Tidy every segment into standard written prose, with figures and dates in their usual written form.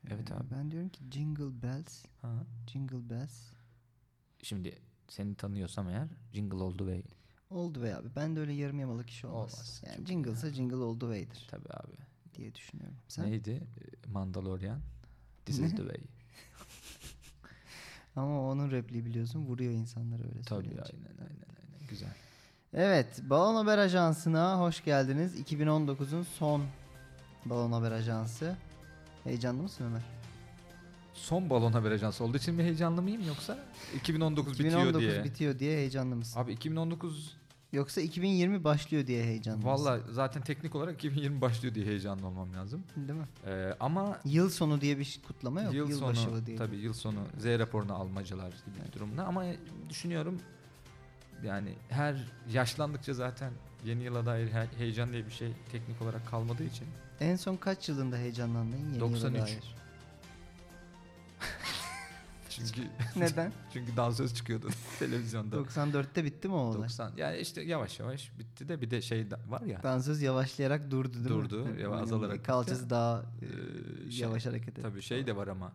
Evet abi. Ben diyorum ki Jingle Bells. Ha. Jingle Bells. Şimdi seni tanıyorsam eğer Jingle All The Way. All the way abi. Ben de öyle yarım yamalak iş olmaz. Olmaz. Yani Çok jingle'sa jingle all the way'dir Tabii abi. diye düşünüyorum. Sen? Neydi? Mandalorian. This is the way. Ama onun repliği biliyorsun vuruyor insanları öyle Tabii söyleyince. aynen. Güzel. Evet, Balon Haber Ajansı'na hoş geldiniz. 2019'un son Balon Haber Ajansı. Heyecanlı mısın Ömer? Son Balon Haber Ajansı olduğu için mi heyecanlı mıyım yoksa 2019 bitiyor diye? bitiyor diye heyecanlı mısın? Abi 2019 Yoksa 2020 başlıyor diye heyecanlı mısın? valla zaten teknik olarak 2020 başlıyor diye heyecanlı olmam lazım. Değil mi? Ama Yıl sonu diye bir kutlama yok. yıl Yılbaşı sonu diye. tabii yıl sonu Z raporunu almacalar gibi bir durumda ama düşünüyorum yani her yaşlandıkça zaten yeni yıla dair heyecan diye bir şey teknik olarak kalmadığı için. En son kaç yılında heyecanlandın yeni 93. yıla dair? Çünkü Neden? çünkü dansöz çıkıyordu televizyonda. 94'te bitti mi o olay? 90 yani işte yavaş yavaş bitti de bir de şey var ya. Dansöz yavaşlayarak durdu değil mi? Durdu, Yani azalarak kalçası bitti. daha Şey, yavaş hareket etti. Tabii şey de var ama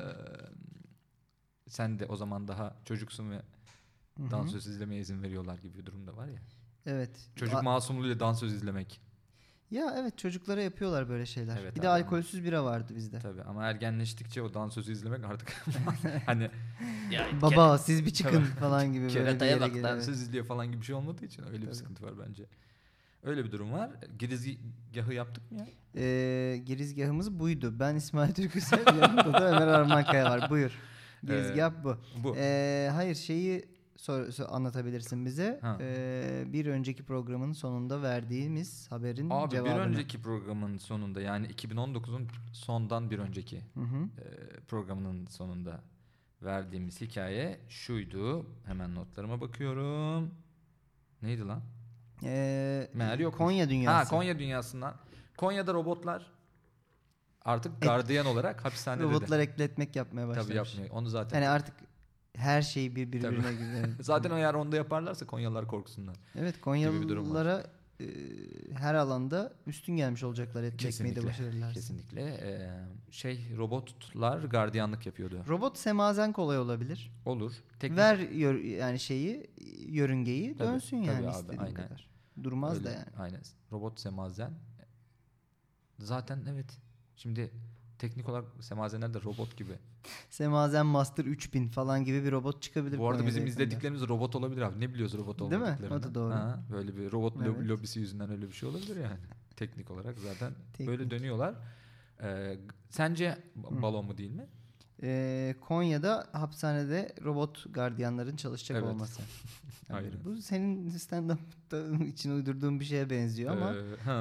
sen de o zaman daha çocuksun ve Hı hı. dansöz izlemeye izin veriyorlar gibi bir durum da var ya. Evet. Çocuk masumluğuyla dansöz izlemek. Ya evet, çocuklara yapıyorlar böyle şeyler. Evet bir abi, de alkolsüz bira vardı bizde. Tabii ama ergenleştikçe o dansözü izlemek artık hani Baba siz bir çıkın falan gibi böyle bir kerataya yere bak geliyor. dansöz izliyor falan gibi bir şey olmadığı için öyle bir Tabii. sıkıntı var bence. Öyle bir durum var. Girizgahı yaptık mı ya? Girizgahımız buydu. Ben İsmail Türküsel, yanımda da Ömer Armankaya var. Buyur. Girizgah bu. Bu. Hayır, şeyi anlatabilirsin bize. Ha. Bir önceki programın sonunda verdiğimiz haberin Abi cevabını. bir önceki programın sonunda yani 2019'un sondan bir önceki Hı. programının sonunda verdiğimiz hikaye şuydu. Hemen notlarıma bakıyorum. Neydi lan? Meğer yokmuş. Konya dünyası. Ha, Konya dünyasından. Konya'da robotlar artık gardiyan olarak hapishanede. Robotlar ekletmek yapmaya başlamış. Tabii yapmıyor. Onu zaten. Hani artık her şey birbirine gibi. Zaten eğer onda yaparlarsa Konyalılar korksunlar. Evet, gibi bir durum var. Konyalılara her alanda üstün gelmiş olacaklar, etkileşmeyi de başarırlar. Kesinlikle. Robotlar gardiyanlık yapıyordu. Robot semazen kolay olabilir. Olur. Ver yani yörüngeyi Tabii, dönsün tabii yani abi, istediğin aynen. kadar. Durmaz Öyle, da yani. Aynen. Robot semazen. Zaten evet. Şimdi teknik olarak semazenler de robot gibi. Semazen Master 3000 falan gibi bir robot çıkabilir. Bu arada Konya'da bizim yakında. izlediklerimiz robot olabilir abi. Ne biliyoruz robot Değil mi? olmadıklarını? O da doğru. Ha, böyle bir robot Evet. lobisi yüzünden öyle bir şey olabilir yani. Teknik olarak zaten Teknik. böyle dönüyorlar. Sence balon mu değil mi? Konya'da hapishanede robot gardiyanların çalışacak Evet. olması. Aynen. Bu senin stand-up'ta için uydurduğun bir şeye benziyor ama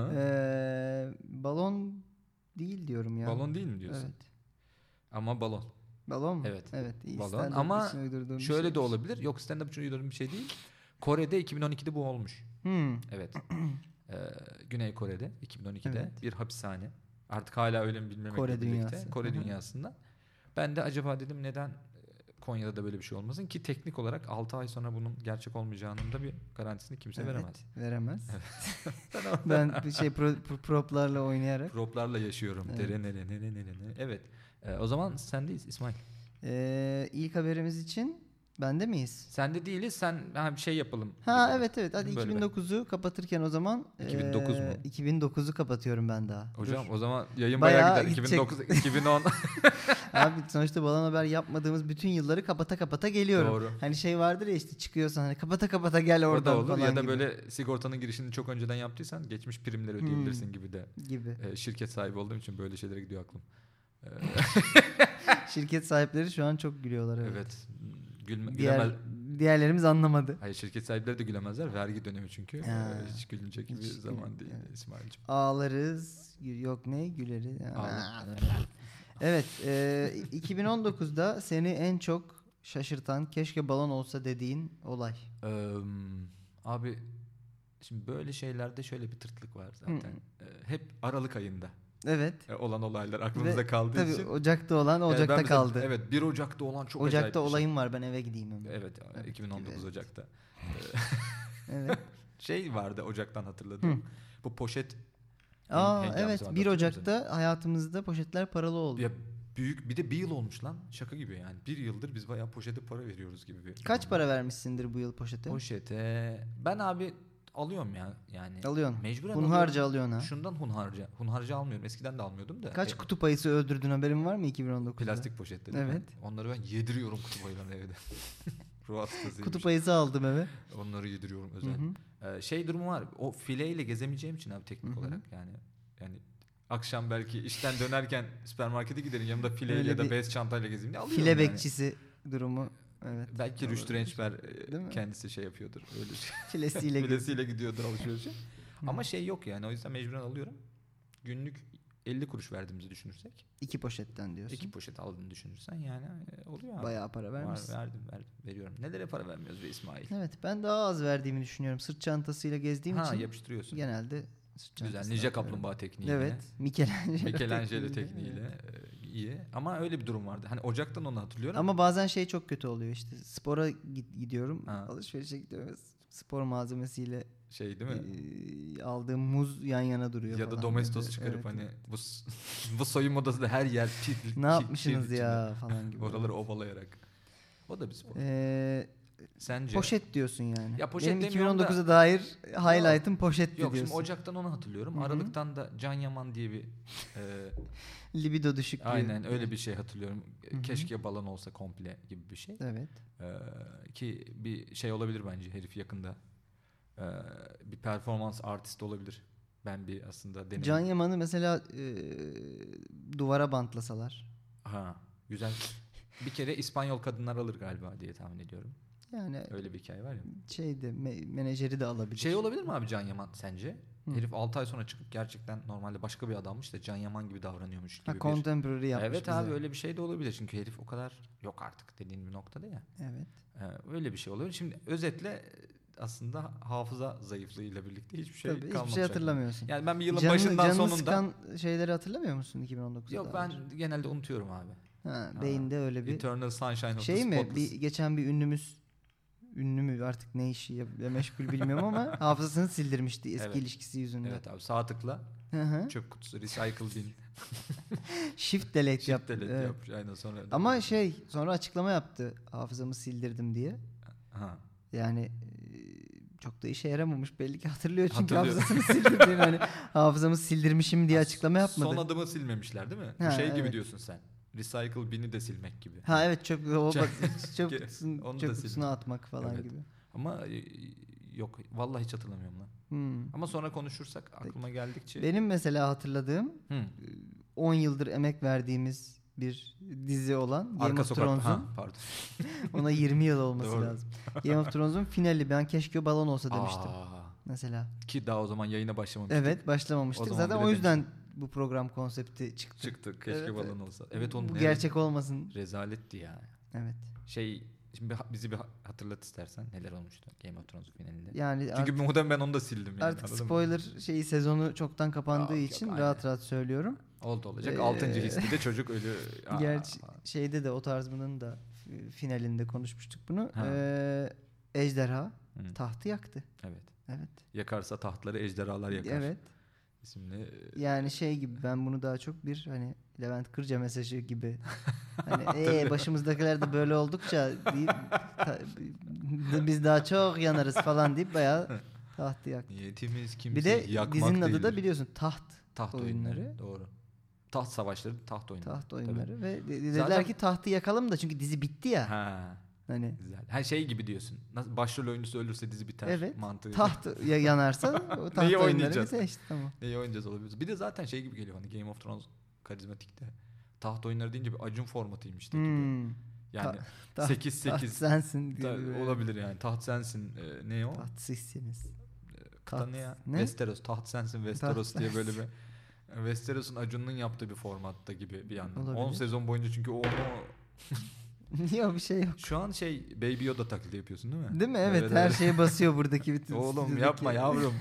balon değil diyorum ya. Balon değil mi diyorsun? Evet. Ama balon. Balon mu? Evet. Evet. iyi. Balon Stand-up ama için uydurduğum bir şöyle de şeymiş. olabilir. Yok, stand-up için uydurduğum bir şey değil. Kore'de 2012'de bu olmuş. Evet. Güney Kore'de 2012'de Evet. bir hapishane. Artık hala öyle mi bilmemekle Kore birlikte. dünyası. Kore Hı hı. dünyasında. Ben de acaba dedim neden Konya'da da böyle bir şey olmasın ki teknik olarak 6 ay sonra bunun gerçek olmayacağının da bir garantisini kimse veremez. Veremez. Evet. Ben bir proplarla oynayarak. Proplarla yaşıyorum. Evet. Evet. O zaman sendeyiz İsmail. İlk haberimiz için bende miyiz? Sende değiliz. Sen bir şey yapalım. Ha gibi. evet. Hadi Böyle 2009'u kapatırken o zaman. 2009 mu? 2009'u kapatıyorum ben daha. Hocam Dur. o zaman yayın Bayağı bayağı gider. gidecek. 2009, 2010. Abi sonuçta Balon Haber yapmadığımız bütün yılları kapata geliyorum. Doğru. Hani şey vardır ya, işte çıkıyorsan hani kapata gel O da oradan olur. falan Ya da gibi. böyle sigortanın girişini çok önceden yaptıysan geçmiş primleri ödeyebilirsin gibi de. Gibi. Şirket sahibi olduğum için böyle şeylere gidiyor aklım. Şirket sahipleri şu an çok gülüyorlar. Evet. Gülemez. Diğerlerimiz anlamadı. Hayır, şirket sahipleri de gülemezler. Vergi dönemi çünkü. Ha. Hiç gülünecek gibi Hiç zaman değil evet. İsmail'cim. Ağlarız. Yok ne? Güleriz. Ağla- Evet. 2019'da seni en çok şaşırtan, keşke balon olsa dediğin olay. Abi şimdi böyle şeylerde şöyle bir tırtlık var zaten. Hep Aralık ayında Evet. olan olaylar aklımızda Ve kaldığı tabii için. Ocak'ta olan Yani Ocak'ta ben mesela- kaldı. Evet, 1 Ocak'ta olan çok acayip Ocak'ta bir şey. olayım var, ben eve gideyim hemen. Evet, 2019 evet. Ocak'ta. Evet. Şey vardı Ocak'tan hatırladığım. Bu poşet Aa hengamesi evet, vardı, 1 hatırlıyor musun? Ocak'ta hayatımızda poşetler paralı oldu. Ya büyük, bir de bir yıl olmuş lan. Şaka gibi yani. Bir yıldır biz bayağı poşete para veriyoruz gibi bir. Kaç para vermişsindir bu yıl poşete? Poşete ben abi alıyorum ya yani. Alıyorsun. Mecburen Hunharca alıyorum. alıyorsun ha. Şundan hunharca. Hunharca almıyorum. Eskiden de almıyordum da. Kaç kutup ayısı öldürdün, haberin var mı 2019'da? Plastik poşetleri. Evet. Onları ben yediriyorum kutup ayılarını evde. Ruh hastasıyım. Kutup ayısı aldım eve. Onları yediriyorum Hı özel. hı. Şey durumu var. O fileyle gezemeyeceğim için abi teknik Hı hı. olarak yani akşam belki işten dönerken süpermarkete giderim, yanımda fileyle Öyle ya da bir bez çantayla gezeyim diye alıyorum File yani. bekçisi durumu. Evet. Belki Olabilir. Rüştü Rençber Değil mi? kendisi şey yapıyordur. Öyle şey. Filesiyle Filesiyle gidiyordur alışverişe. Hı. Ama şey yok yani, o yüzden mecburen alıyorum. Günlük 50 kuruş verdiğimizi düşünürsek. 2 poşetten diyorsun. 2 poşet aldığını düşünürsen yani oluyor abi. Bayağı para vermişsin. Verdim veriyorum. Nelere para vermiyoruz be İsmail? Evet, ben daha az verdiğimi düşünüyorum. Sırt çantasıyla gezdiğim için Yapıştırıyorsun. genelde sırt Güzel. çantasına Ninja atıyorum. kaplumbağa tekniğiyle. Evet. Michelangelo, Michelangelo tekniğiyle. tekniğiyle iyi. Ama öyle bir durum vardı. Hani Ocak'tan onu hatırlıyorum. Ama bazen şey çok kötü oluyor işte. Spora gidiyorum. Ha. Alışverişe gidiyorum. Spor malzemesiyle Şey değil mi? aldığım muz yan yana duruyor Ya falan. da Domestos böyle. çıkarıp Evet. hani bu soyunma odasında her yer Ne yapmışsınız ya falan gibi. Oraları ovalayarak. O da bir spor. Sence? Poşet diyorsun yani. Ya poşet Benim demiyorum da- 2019'a dair highlight'ım poşetti Yok, diyorsun. şimdi Ocak'tan onu hatırlıyorum. Hı hı. Aralık'tan da Can Yaman diye bir Libido düşüklüğü. aynen öyle bir şey hatırlıyorum. Hı hı. Keşke balon olsa komple gibi bir şey. Evet. Ki bir şey olabilir bence herif yakında. Bir performans artist olabilir. Ben bir aslında deneyim. Can Yaman'ı mesela duvara bantlasalar. Ha, güzel. Bir kere İspanyol kadınlar alır galiba diye tahmin ediyorum. Yani Öyle bir hikaye var ya. şeyde menajeri de alabilir. Şey olabilir mi abi Can Yaman sence? Hı. Herif 6 ay sonra çıkıp gerçekten normalde başka bir adammış da Can Yaman gibi davranıyormuş gibi Ha, bir... contemporary yapmış Evet bize. abi, öyle bir şey de olabilir. Çünkü herif o kadar yok artık dediğin bir noktada ya. Evet. Öyle bir şey olabilir. Şimdi özetle aslında hafıza zayıflığıyla birlikte hiçbir şey Tabii hiçbir kalmamış. şey aklımda. hatırlamıyorsun. Yani ben bir yılın Canını başından sonunda... sıkan şeyleri hatırlamıyor musun 2019'da? Yok, ben genelde unutuyorum abi. Beyinde öyle bir Eternal Sunshine of the şey mi? Spotless. Geçen bir ünlü mü artık ne işi meşgul bilmiyorum ama hafızasını sildirmişti eski Evet. ilişkisi yüzünden. Evet abi, sağ tıkla Hı hı. çöp kutusu recycle bin. Shift delete Shift delete Evet. yapmış aynen sonra. Ama sonra açıklama yaptı, hafızamı sildirdim diye. Ha. Yani çok da işe yaramamış belli ki, hatırlıyor çünkü Hatırlıyor. hafızasını sildirdiğini, hani hafızamı sildirmişim diye açıklama yapmadı. Son adımı silmemişler değil mi? Bu Ha, şey gibi evet. diyorsun sen. Recycle bini de silmek gibi. Ha evet, çöp Onu da kutusuna sildim. atmak falan Evet. gibi. Ama yok vallahi hiç hatırlamıyorum lan. Ama sonra konuşursak aklıma geldikçe. Benim mesela hatırladığım Hı. 10 yıldır emek verdiğimiz bir dizi olan Game Arka of sokak. Thrones'un, Ha, pardon. ona 20 yıl olması Doğru. lazım. Game of Thrones'un finali, ben keşke o balon olsa demiştim Aa, mesela. ki daha o zaman yayına başlamamıştık. Evet, başlamamıştık. O zaman Zaten bile o yüzden bu program konsepti çıktı. Çıktı. Keşke Evet, balon evet. olsa. Evet, onun Bu gerçek olmasın. rezaletti ya. Evet. Şimdi bizi bir hatırlat istersen neler olmuştu Game of Thrones finalinde. Yani Çünkü artık, muhtemelen ben onu da sildim yani. artık anladın mı? spoiler sezonu çoktan kapandığı Yok, için aynen. rahat rahat söylüyorum. Oldu olacak. Ee, 6. hissi de çocuk ölü. Aa, Gerçi şeyde de, o tarzımının da finalinde konuşmuştuk bunu. Ha. Ejderha Hı. tahtı yaktı. Evet. Evet. Yakarsa tahtları ejderhalar yakar. Evet. İsimli. Yani şey gibi, ben bunu daha çok bir hani Levent Kırca mesajı gibi. Hani başımızdakiler de böyle oldukça deyip, biz daha çok yanarız falan deyip bayağı tahtı yaktı. Niyetimiz kimse Bir de yakmak dizinin adı da değildir. biliyorsun, Taht oyunları. Doğru. Taht savaşları, taht oyunları. Taht Tabii. oyunları ve dediler Zaten- ki tahtı yakalım da, çünkü dizi bitti ya. Ha, Hani güzel. Her şey gibi diyorsun. Nasıl başrol oyuncusu ölürse dizi biter evet. mantığı. Taht yanarsa o taht Neyi oyunları oynayacağız? bize işte, tamam. Neyi oynayacağız olabilir. Bir de zaten şey gibi geliyor hani Game of Thrones karizmatikte. Taht oyunları deyince bir Acun formatıymış da gibi. Hmm. Yani Taht- 8-8 taht sensin diye da böyle. olabilir yani. Taht sensin. Ne o? Taht sizsiniz. Kıta taht- ne ya? ne? Westeros. Taht sensin Westeros Taht diye böyle bir Westeros'un Acun'un yaptığı bir formatta gibi bir yandan. Olabilir. 10 sezon boyunca çünkü onu Niye, bir şey yok. şu an Baby Yoda taklidi yapıyorsun değil mi? Değil mi? Evet, Böyle her de- şeye basıyor buradaki bütün. Oğlum stüdyodaki- yapma yavrum.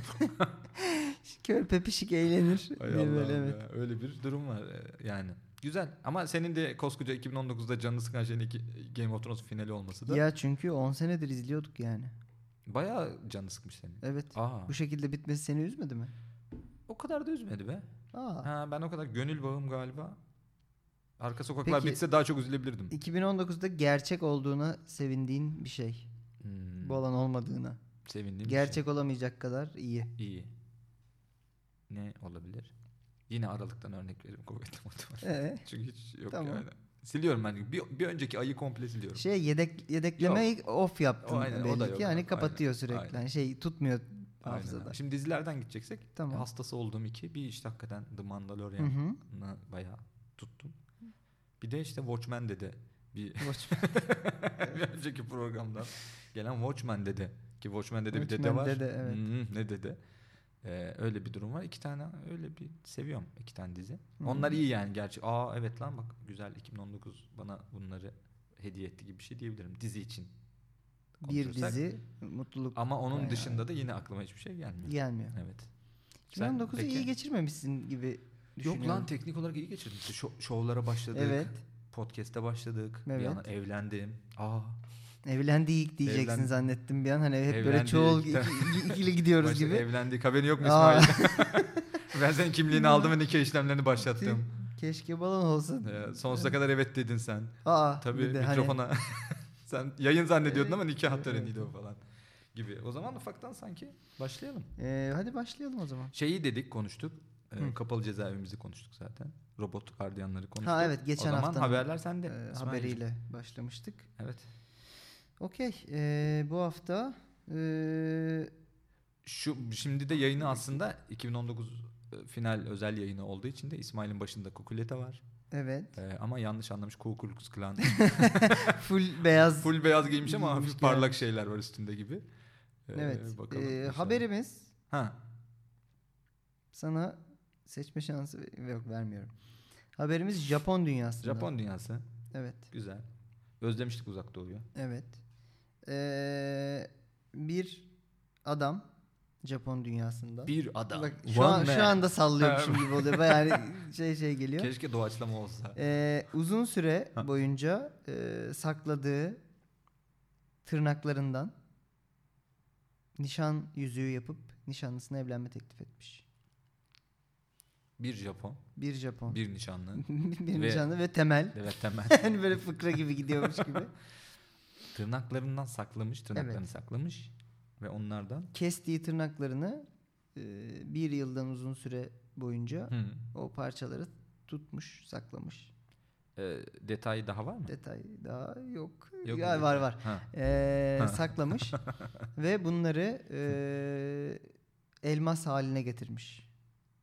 Körpe pişik eğlenir. Hay diye Allah'ım böyle, evet. ya. Öyle bir durum var yani. Güzel ama senin de koskoca 2019'da canını sıkan şeyin Game of Thrones finali olması da Ya çünkü 10 senedir izliyorduk yani. bayağı canını sıkmış senin. Evet. Aa, Bu şekilde bitmesi seni üzmedi mi? o kadar da üzmedi be. Aa. Ha, ben o kadar gönül bağım galiba Arka Sokaklar Peki, bitse daha çok üzülebilirdim. 2019'da gerçek olduğuna sevindiğin bir şey. Bu alan olmadığına. Sevindiğim Gerçek olamayacak kadar iyi. bir şey. İyi. Ne olabilir? Yine Aralık'tan örnek veririm, kuvvetli motivasyon. Çünkü hiç yok Tamam. yani. Siliyorum ben. Bir önceki ayı komple siliyorum. Yedeklemeyi off yaptın aynen, o da belli yok. ki. Yani Aynen, kapatıyor sürekli. aynen. Yani şey tutmuyor Aynen. hafızada. Şimdi dizilerden gideceksek, Tamam. hastası olduğum bir işte hakikaten The Hı hı. Mandalorian'ı bayağı tuttum. Bir de işte Watchmen dedi. Bir bir önceki programdan gelen Watchmen dedi. Ki Watchmen'de de bir dede var. Dede, evet. Ne dede? Öyle bir durum var. 2 tane öyle bir seviyorum, 2 tane dizi. Hı. Onlar iyi yani gerçi. Evet lan bak güzel, 2019 bana bunları hediye etti gibi bir şey diyebilirim dizi için. Bir konuşursak. dizi mutluluk. Ama onun bayağı dışında da yine aklıma hiçbir şey gelmiyor. gelmiyor. Evet. Sen 2019'u peki? iyi geçirmemişsin gibi düşünüyorum. Yok lan, teknik olarak iyi geçirdim. İşte şovlara başladık. Evet. Podcast'e başladık. Evet. Bir an evlendim. Evlendik diyeceksin Evlendik. zannettim bir an. Hani hep böyle Evlendik. çoğul ikili gidiyoruz gibi. Evlendik. Haberin yok mu Aa. İsmail? Ben senin kimliğini aldım ve nikah işlemlerini başlattım. Keşke balon olsun. Sonsuza kadar evet dedin sen. bir Tabii de mikrofona. Sen yayın zannediyordun ama nikah Evet. töreniydi o falan gibi. O zaman ufaktan sanki başlayalım. Hadi başlayalım o zaman. Şeyi dedik, konuştuk. Hı. Kapalı cezaevimizi konuştuk zaten. Robot gardiyanları konuştuk. Ha evet, geçen o zaman haftanın haberler sende. İsmail'cim. haberiyle başlamıştık. Evet. Okey. Bu hafta Şimdi de yayını aslında 2019 final özel yayını olduğu için de İsmail'in başında Kukuleta var. evet. Ama yanlış anlamış, Ku Klux Klan. Full beyaz. Full beyaz giymiş ama Giymiş hafif parlak gelmiş. şeyler var üstünde gibi. Evet. Bakalım inşallah. Haberimiz, Ha. sana seçme şansı yok, vermiyorum. Haberimiz Japon dünyasında. Japon dünyası. Evet. Güzel. Özlemiştik Uzak Doğu'yu. Evet. Bir adam Japon dünyasında. Bir adam. Bak, One şu man. anda sallıyormuşum gibi oluyor. Yani şey geliyor. Keşke doğaçlama olsa. Uzun süre boyunca sakladığı tırnaklarından nişan yüzüğü yapıp nişanlısına evlenme teklif etmiş. Bir Japon. Bir Japon. Bir nişanlı. Bir nişanlı ve temel. Evet, temel. Yani böyle fıkra gibi gidiyormuş gibi. Tırnaklarından saklamış. Tırnaklarını Evet. saklamış. Ve onlardan. Kestiği tırnaklarını bir yıldan uzun süre boyunca o parçaları tutmuş, saklamış. Detay daha var mı? Detay daha yok. Yok Ya, mu? var. Ha. Saklamış ve bunları elmas haline getirmiş.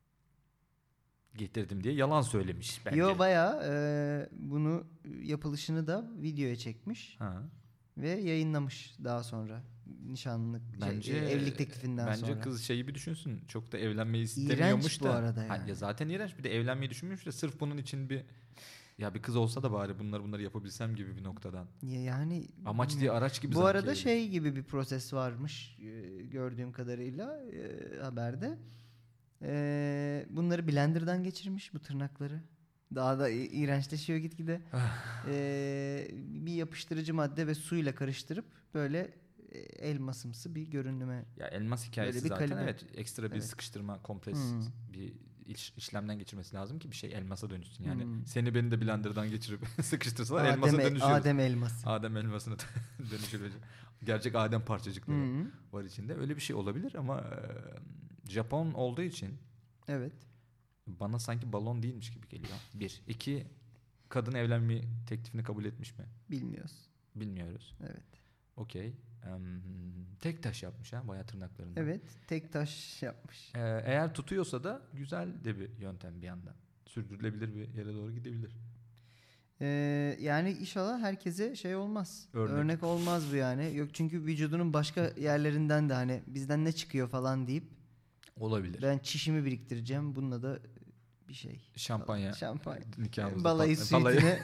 Getirdim diye yalan söylemiş bence. Yo, bayağı bunu yapılışını da videoya çekmiş Ha. ve yayınlamış daha sonra, nişanlık Bence evlilik teklifinden sonra. Bence kız şeyi bir düşünsün. Çok da evlenmeyi istemiyormuş İğrenç da. bu arada yani. Ya zaten iğrenç. Bir de evlenmeyi düşünmüş de sırf bunun için bir kız olsa da bari bunları yapabilsem gibi bir noktadan. Yani Amaç diye araç gibi bu sanki. arada şey gibi bir proses varmış gördüğüm kadarıyla haberde. Bunları blenderdan geçirmiş, bu tırnakları. Daha da iğrençleşiyor gitgide. Bir yapıştırıcı madde ve suyla karıştırıp böyle elmasımsı bir görünüme. Ya elmas hikayesi Böyle bir zaten kalite. evet, ekstra bir Evet. sıkıştırma, kompres bir işlemden geçirmesi lazım ki bir şey elmasa dönüşsün. Yani seni beni de blenderdan geçirip sıkıştırsalar elmasa dönüşüyoruz. Adem elması. Adem elmasına dönüşür. Gerçek Adem parçacıkları var içinde. Öyle bir şey olabilir ama Japon olduğu için Evet. bana sanki balon değilmiş gibi geliyor. 1. 2. Kadın evlenme teklifini kabul etmiş mi? Bilmiyoruz. Bilmiyoruz. Evet. Okey. Tek taş yapmış ha, bayağı tırnaklarında. Evet. Tek taş yapmış. Eğer tutuyorsa da güzel de bir yöntem bir yandan. Sürdürülebilir bir yere doğru gidebilir. Yani inşallah herkese şey olmaz. Örnek. Örnek olmaz bu yani. Yok, çünkü vücudunun başka yerlerinden de hani bizden ne çıkıyor falan deyip Olabilir. ben çişimi biriktireceğim. Bununla da bir şey. Şampanya. Şampanya. Nikahımızda Balayı balayı. suitine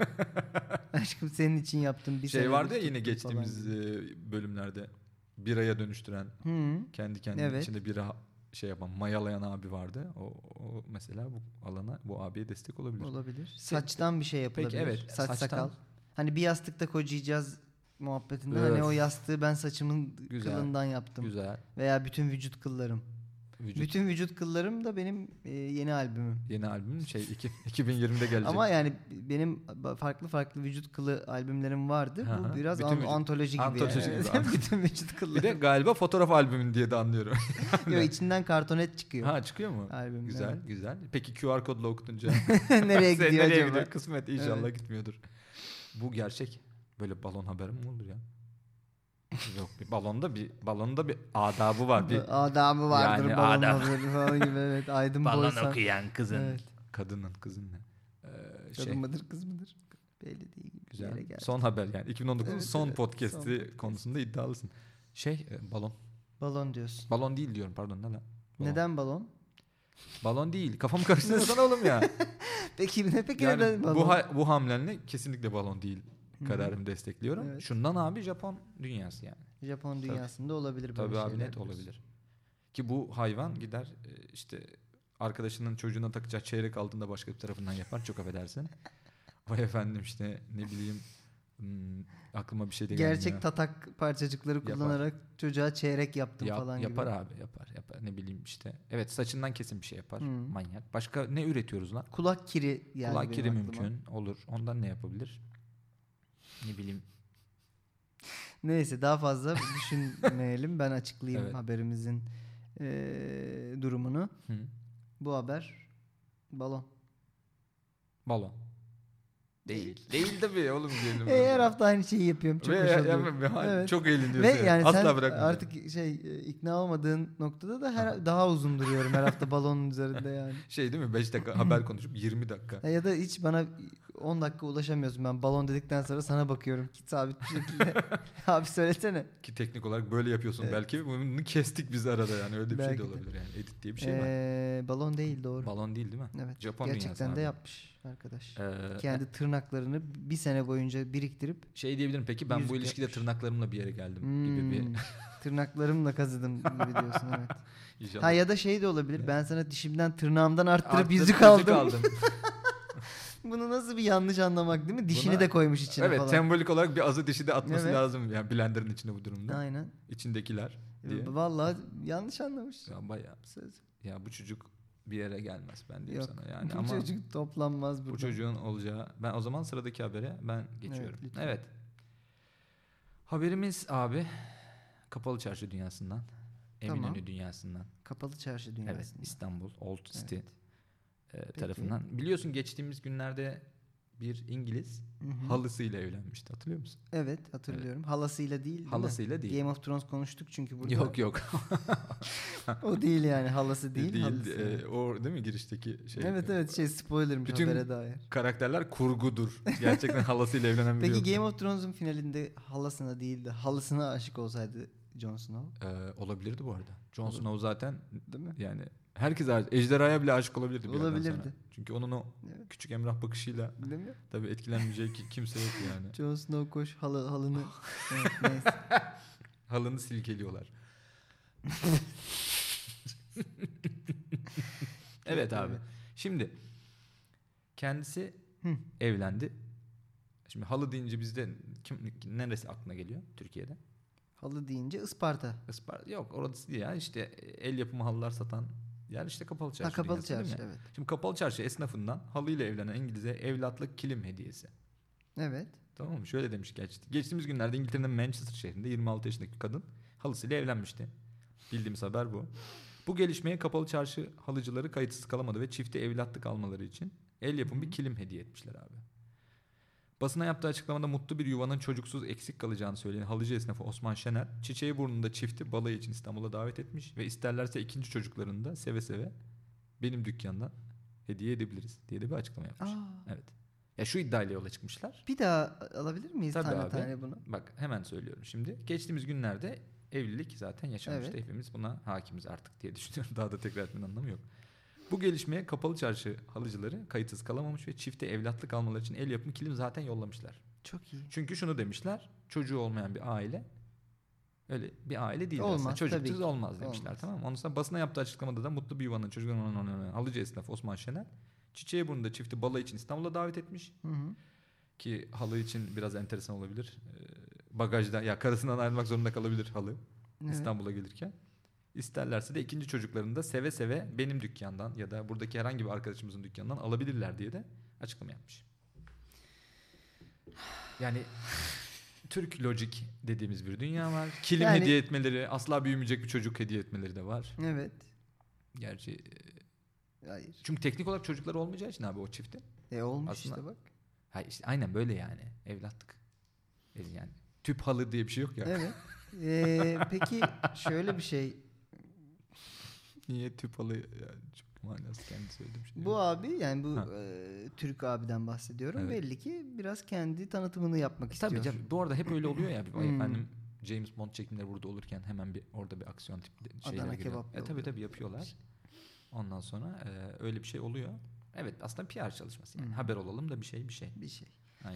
aşkım senin için yaptım. Bir Şey senedir vardı ya yine tuttum geçtiğimiz bölümlerde biraya dönüştüren, kendi kendine Evet. içinde bira şey yapan, mayalayan abi vardı. O mesela bu alana, bu abiye destek olabilir. Olabilir. Saçtan bir şey yapılabilir. Peki, evet, Saç saçtan. sakal. Hani bir yastıkta kocayacağız muhabbetinde. Evet. Hani o yastığı ben saçımın Güzel. kılından yaptım. Güzel. Veya bütün vücut kıllarım Bütün vücut kıllarım da benim yeni albümüm. Yeni albümün 2020'de gelecek. Ama yani benim farklı vücut kılı albümlerim vardı. Aha, Bu biraz bütün antoloji gibi. antoloji yani. gibi. Bütün vücut kılları. Bir de galiba fotoğraf albümün diye de anlıyorum. Yok, içinden kartonet çıkıyor. Ha, çıkıyor mu? Albüm, Güzel, evet. güzel. Peki QR kodla okutunca Nereye sen gidiyor nereye acaba? gidiyor? Kısmet inşallah Evet. gitmiyordur. Bu gerçek. Böyle balon haber mi olur ya? Yok, balonda bir adabı var. Bir Adamı vardır Yani balon adam. haberi falan gibi. Evet. Aydın balon Boysan. okuyan kızın. Evet. Kızın ne? Kadın mıdır kız mıdır? Belli değil. Bir yere Güzel. geldi. Son haber yani 2019'un Evet, son evet. podcast'i Son podcast. konusunda iddialısın. Balon. Balon diyorsun. Balon değil diyorum, pardon, ne lan? Balon. Neden balon? Balon değil. Kafamı karıştırmasan oğlum ya. Peki Yani neden balon? bu hamlenle kesinlikle balon değil kararımı destekliyorum. Evet. Şundan abi, Japon dünyası yani. Japon dünyasında olabilir böyle Tabii abi, şeyler net diyorsun. olabilir. Ki bu hayvan gider işte arkadaşının çocuğuna takacağı çeyrek altında başka bir tarafından yapar. Çok affedersin. Vay efendim işte ne bileyim, aklıma bir şey de gelmiyor. Gerçek tatak parçacıkları Yapar. kullanarak çocuğa çeyrek yaptım falan gibi. Yapar abi, yapar. Ne bileyim işte. Evet, saçından kesin bir şey yapar. Hı. Manyak. Başka ne üretiyoruz lan? Kulak kiri yani. Kulak kiri mümkün. Olur. Ondan ne yapabilir? Ne bileyim. Neyse, daha fazla düşünmeyelim. Ben açıklayayım Evet. haberimizin durumunu. Hı. Bu haber balon. Balon. Değil. Değil tabii oğlum diyelim. Her hafta aynı şeyi yapıyorum. Çok hoş oluyor. Evet. Çok eğleniyorsun. Ve yani Asla sen bırakmayacağım. artık ikna olmadığın noktada da daha uzun duruyorum her hafta balonun üzerinde yani. Değil mi? 5 dakika haber konuşup 20 dakika. Ya da hiç bana 10 dakika ulaşamıyorsun. Ben balon dedikten sonra sana bakıyorum ki sabit bir şekilde. Abi söylesene. Ki teknik olarak böyle yapıyorsun Evet. belki. Bunu kestik biz arada yani. Öyle bir şey Belki de de. olabilir yani. Edit diye bir şey var. Balon değil, doğru. Balon değil mi? Evet. Japon dünyası Gerçekten abi. de yapmış arkadaş. Ee, Kendi tırnaklarını bir sene boyunca biriktirip diyebilirim, peki ben bu yüzük ilişkide yapmış. tırnaklarımla bir yere geldim gibi bir tırnaklarımla kazıdım gibi diyorsun, evet. inşallah. Ha, ya da şey de olabilir. Ben sana dişimden tırnağımdan arttırıp Arttırıp yüzük aldım. Bunu nasıl bir yanlış anlamak değil mi? Dişini Buna- de koymuş içine Evet, falan. sembolik olarak bir azı dişi de atması Evet. lazım yani blenderın içine bu durumda. Aynen. İçindekiler diye. Vallahi yanlış anlamış. Ya bayağı. Söz. Ya bu çocuk bir yere gelmez ben diyeyim Yok. sana yani, Bu ama çocuk toplanmaz burada. bu çocuğun olacağı. Ben o zaman sıradaki habere ben geçiyorum. lütfen. Evet. Haberimiz abi kapalı çarşı dünyasından. Eminönü Tamam. dünyasından. Kapalı çarşı dünyasında. Evet, İstanbul Old City Peki. tarafından. Biliyorsun geçtiğimiz günlerde bir İngiliz Hı hı. halısıyla evlenmişti. Hatırlıyor musun? Evet, hatırlıyorum. Halasıyla değil mi? Halasıyla değil. Game of Thrones konuştuk çünkü burada. Yok. O değil yani, halası değil. halısı. O değil mi girişteki şey? Evet, spoilermiş Bütün habere dair. karakterler kurgudur. Gerçekten halasıyla evlenen biri Peki yoksa. Game of Thrones'un finalinde halasına değil de halısına aşık olsaydı Jon Snow, Olabilirdi bu arada. Jon Olur. Snow zaten değil mi? yani herkes ejderhaya bile aşık olabilirdi bir yerden Olabilirdi. sonra. Çünkü onun o Evet. küçük Emrah bakışıyla Değil mi? tabii etkilenmeyecek kimse yok yani. Jon Snow koş halını. Evet, neyse. Halını silkeliyorlar. Evet abi. Evet. Şimdi kendisi Hı. evlendi. Şimdi halı deyince bizde neresi aklına geliyor Türkiye'de? Halı deyince Isparta. Yok, orası değil ya. İşte el yapımı halılar satan yer işte kapalı çarşı. Ha, kapalı dünyası, değil çarşı, mi? evet. Şimdi kapalı çarşı esnafından halıyla evlenen İngiliz'e evlatlık kilim hediyesi. Evet. Tamam mı? Şöyle demiş geçtiğimiz günlerde İngiltere'nin Manchester şehrinde 26 yaşındaki bir kadın halısıyla evlenmişti. Bildiğimiz haber bu. Bu gelişmeye kapalı çarşı halıcıları kayıtsız kalamadı ve çifte evlatlık almaları için el yapımı bir kilim hediye etmişler abi. Basına yaptığı açıklamada mutlu bir yuvanın çocuksuz eksik kalacağını söyleyen halıcı esnafı Osman Şener, Çiçeğiburn'unda çifti balayı için İstanbul'a davet etmiş ve isterlerse ikinci çocuklarını da seve seve benim dükkandan hediye edebiliriz diye de bir açıklama yapmış. Evet. Ya şu iddiayla yola çıkmışlar. Bir daha alabilir miyiz Tabii tane abi. tane bunu? Bak hemen söylüyorum şimdi. Geçtiğimiz günlerde evlilik zaten yaşanmıştı. Evet. Hepimiz buna hakimiz artık diye düşünüyorum. Daha da tekrar etmenin anlamı yok. Bu gelişmeye kapalı çarşı halıcıları kayıtsız kalamamış ve çifte evlatlık almaları için el yapımı kilim zaten yollamışlar. Çok iyi. Çünkü şunu demişler. Çocuğu olmayan bir aile öyle bir aile değil Olmaz, aslında. Çocuksuz tabii ki. olmaz demişler. Olmaz. Tamam mı? Ondan sonra basına yaptığı açıklamada da mutlu bir yuvanın çocuklarının halıcı esnaf Osman Şener Çiçeğiburn'da çifti balayı için İstanbul'a davet etmiş. Hı hı. Ki halı için biraz enteresan olabilir. Bagajda ya karısından ayrılmak zorunda kalabilir halı Evet. İstanbul'a gelirken. İsterlerse de ikinci çocuklarını da seve seve benim dükkandan ya da buradaki herhangi bir arkadaşımızın dükkanından alabilirler diye de açıklama yapmış. Yani Türk Logic dediğimiz bir dünya var. Kilim Yani- hediye etmeleri, asla büyümeyecek bir çocuk hediye etmeleri de var. Evet. Gerçi Hayır. çünkü teknik olarak çocuklar olmayacağı için abi o çiftin. Olmuş Aslında- işte bak. Ha işte aynen böyle yani. Evlatlık. Yani tüp halı diye bir şey yok ya. Evet. Peki şöyle bir şey. Niye tüp halı yani çok manası kendi söylediğim şey. Bu abi yani bu Ha. Türk abiden bahsediyorum. Evet. Belli ki biraz kendi tanıtımını yapmak istiyor. Tabii canım. Bu arada hep öyle oluyor ya. Hmm. Efendim James Bond çekimleri burada olurken hemen bir orada bir aksiyon tipli şeyler Adana giriyor. kebap Tabii oluyor. tabii yapıyorlar. Ondan sonra öyle bir şey oluyor. Evet aslında PR çalışması yani. Hmm. Haber olalım da bir şey. Bir şey.